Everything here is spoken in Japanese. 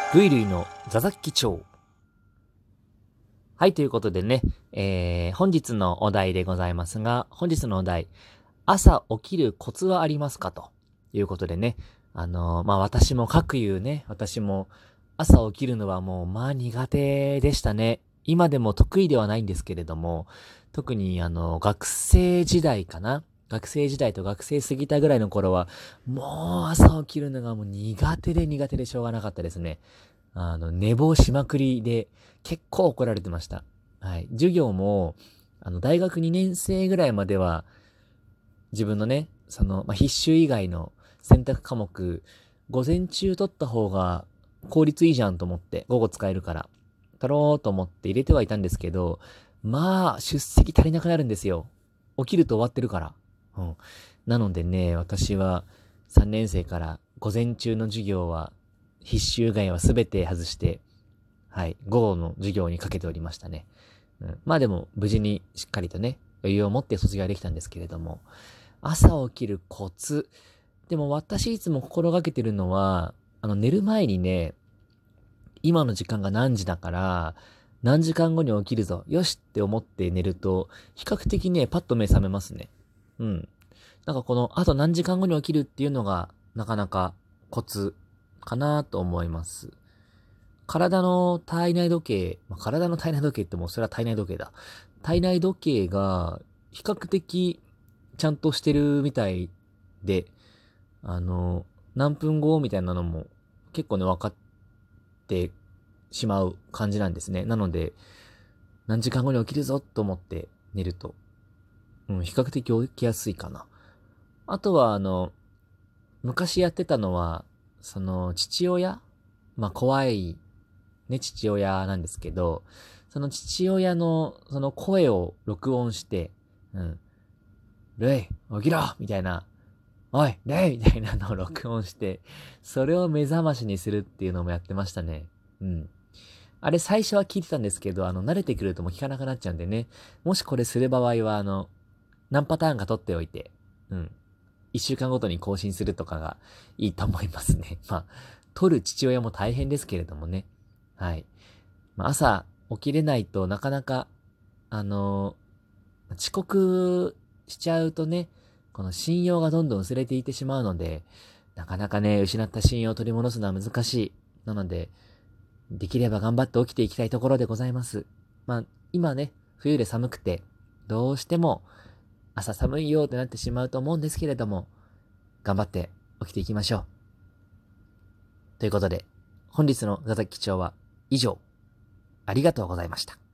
ルイルイの座雑記帳。はい、ということでね、本日のお題でございますが、本日のお題、朝起きるコツはありますかということでね、私も各言うね、私も朝起きるのはもう苦手でしたね。今でも得意ではないんですけれども、特に学生時代かな。学生時代と学生過ぎたぐらいの頃は、もう朝起きるのがもう苦手でしょうがなかったですね。寝坊しまくりで結構怒られてました。はい。授業も、大学2年生ぐらいまでは、自分のね、必修以外の選択科目、午前中取った方が効率いいじゃんと思って、午後使えるから、取ろうと思って入れてはいたんですけど、出席足りなくなるんですよ。起きると終わってるから。うん。なのでね、私は3年生から午前中の授業は、必修以外は全て外して、はい、午後の授業にかけておりましたね。うん、でも、無事にしっかりとね、余裕を持って卒業できたんですけれども、朝起きるコツ。でも私いつも心がけてるのは、寝る前にね、今の時間が何時だから、何時間後に起きるぞ。よしって思って寝ると、比較的ね、パッと目覚めますね。うん。なんかこの、あと何時間後に起きるっていうのが、なかなかコツかなと思います。体の体内時計、体の体内時計ってもうそれは体内時計だ。体内時計が比較的ちゃんとしてるみたいで、あの、何分後みたいなのも結構ね、分かってしまう感じなんですね。なので、何時間後に起きるぞと思って寝ると、比較的起きやすいかな。あとは昔やってたのは、父親怖いね、父親なんですけど、その父親の、その声を録音して、うん、レイ、起きろみたいな、おい、レイみたいなのを録音して、それを目覚ましにするっていうのもやってましたね。うん。あれ最初は聞いてたんですけど、慣れてくるともう聞かなくなっちゃうんでね。もしこれする場合は、何パターンか取っておいて、うん。一週間ごとに更新するとかがいいと思いますね。取る父親も大変ですけれどもね。はい。朝起きれないとなかなか、あの遅刻しちゃうとね、この信用がどんどん薄れていってしまうので、なかなかね、失った信用を取り戻すのは難しい。なので、できれば頑張って起きていきたいところでございます。今ね、冬で寒くて、どうしても朝寒いよってなってしまうと思うんですけれども、頑張って起きていきましょう。ということで、本日の座崎記帳は以上、ありがとうございました。